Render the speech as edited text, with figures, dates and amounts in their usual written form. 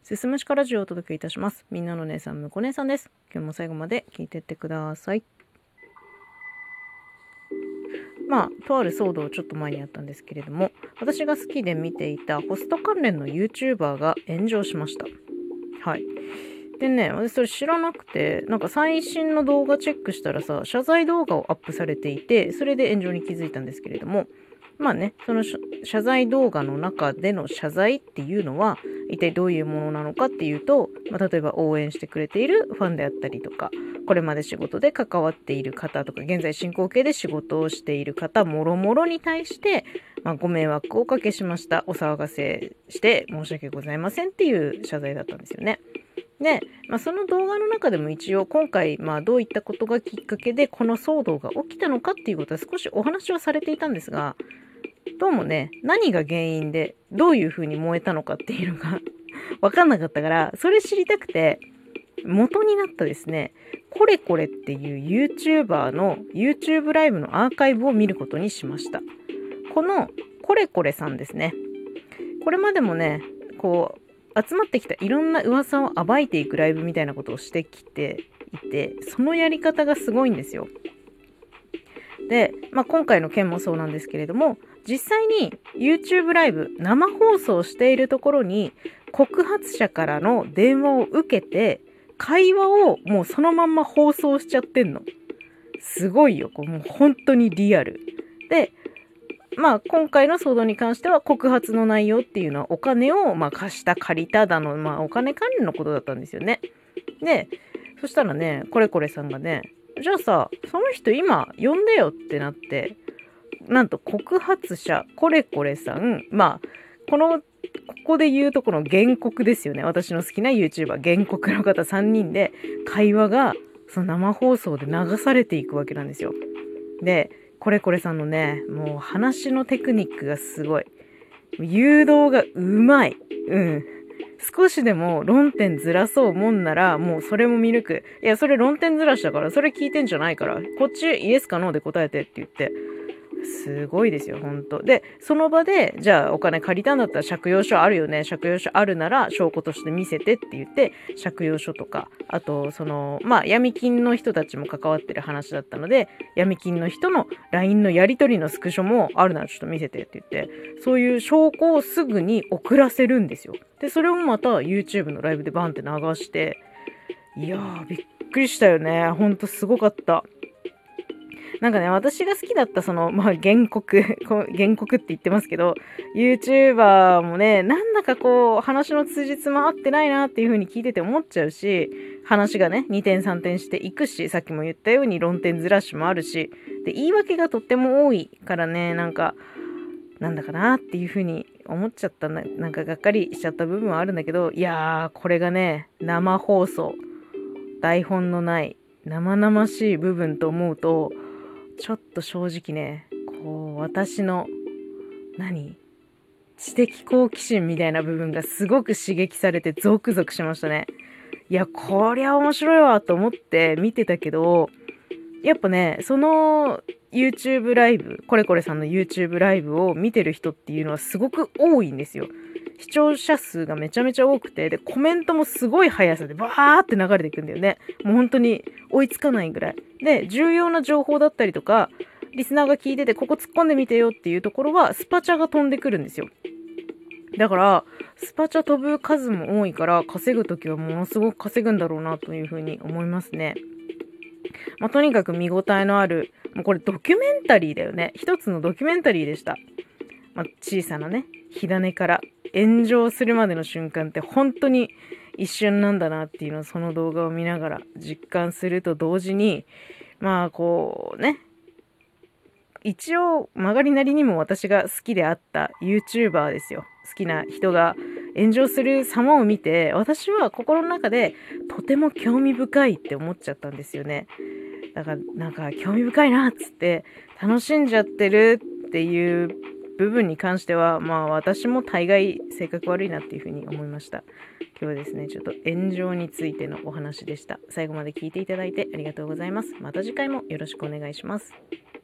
すすむしかラジオをお届けいたします。みんなの姉さん、むこ姉さんです。今日も最後まで聞いてってください。とある騒動ちょっと前にあったんですけれども、私が好きで見ていたホスト関連の YouTuber が炎上しました。はい。でね、私それ知らなくて、なんか最新の動画チェックしたらさ、謝罪動画をアップされていて、それで炎上に気づいたんですけれども、その謝罪動画の中での謝罪っていうのは、一体どういうものなのかっていうと、例えば応援してくれているファンであったりとか、これまで仕事で関わっている方とか、現在進行形で仕事をしている方、もろもろに対して、ご迷惑をおかけしました。お騒がせして申し訳ございませんっていう謝罪だったんですよね。で、その動画の中でも一応今回、どういったことがきっかけでこの騒動が起きたのかっていうことは少しお話はされていたんですが、どうもね、何が原因でどういう風に燃えたのかっていうのが分かんなかったから、それ知りたくて、元になったですね、これこれっていう YouTuber の YouTube ライブのアーカイブを見ることにしました。このこれこれさんですね。これまでもね、集まってきたいろんな噂を暴いていくライブみたいなことをしてきていて、そのやり方がすごいんですよ。で、今回の件もそうなんですけれども、実際に YouTube ライブ生放送しているところに告発者からの電話を受けて、会話をもうそのまんま放送しちゃってんの。すごいよ。もう本当にリアル。で、今回の騒動に関しては告発の内容っていうのはお金を貸した借りただの、お金関連のことだったんですよね。で、そしたらね、これこれさんがね、じゃあさ、その人今呼んでよってなって、なんと告発者、これこれさん、ここで言うとこの原告ですよね。私の好きな YouTuber、原告の方3人で会話がその生放送で流されていくわけなんですよ。で、これこれさんのね、もう話のテクニックがすごい。誘導がうまい。少しでも論点ずらそうもんなら、もうそれも見抜く。いや、それ論点ずらしたから、それ聞いてんじゃないから、こっちイエスかノーで答えてって言って、すごいですよ、ほんと。で、その場で、じゃあお金借りたんだったら借用書あるよね。借用書あるなら証拠として見せてって言って、借用書とか、あと、闇金の人たちも関わってる話だったので、闇金の人の LINE のやり取りのスクショもあるならちょっと見せてって言って、そういう証拠をすぐに送らせるんですよ。で、それをまた YouTube のライブでバンって流して、いやー、びっくりしたよね。ほんとすごかった。なんかね、私が好きだった原告って言ってますけど、YouTuber もね、なんだか話の通じつま合ってないなっていう風に聞いてて思っちゃうし、話がね、2点3点していくし、さっきも言ったように論点ずらしもあるし、で、言い訳がとっても多いからね、なんだかなっていう風に思っちゃったなんかがっかりしちゃった部分はあるんだけど、いやー、これがね、生放送、台本のない生々しい部分と思うと、ちょっと正直ね、私の、知的好奇心みたいな部分がすごく刺激されてゾクゾクしましたね。いや、こりゃ面白いわと思って見てたけど、やっぱね、その YouTube ライブ、これこれさんの YouTube ライブを見てる人っていうのはすごく多いんですよ。視聴者数がめちゃめちゃ多くて、で、コメントもすごい速さでバーって流れていくんだよね。もう本当に追いつかないぐらい。で、重要な情報だったりとか、リスナーが聞いてて、ここ突っ込んでみてよっていうところは、スパチャが飛んでくるんですよ。だから、スパチャ飛ぶ数も多いから、稼ぐときはものすごく稼ぐんだろうなというふうに思いますね。とにかく見応えのある、もうこれドキュメンタリーだよね。一つのドキュメンタリーでした。小さなね、火種から炎上するまでの瞬間って本当に一瞬なんだなっていうのをその動画を見ながら実感すると同時に、一応曲がりなりにも私が好きであった YouTuber ですよ。好きな人が炎上する様を見て、私は心の中でとても興味深いって思っちゃったんですよね。だから興味深いなっつって楽しんじゃってるっていう部分に関しては、私も大概性格悪いなっていうふうに思いました。今日はですね、ちょっと炎上についてのお話でした。最後まで聞いていただいてありがとうございます。また次回もよろしくお願いします。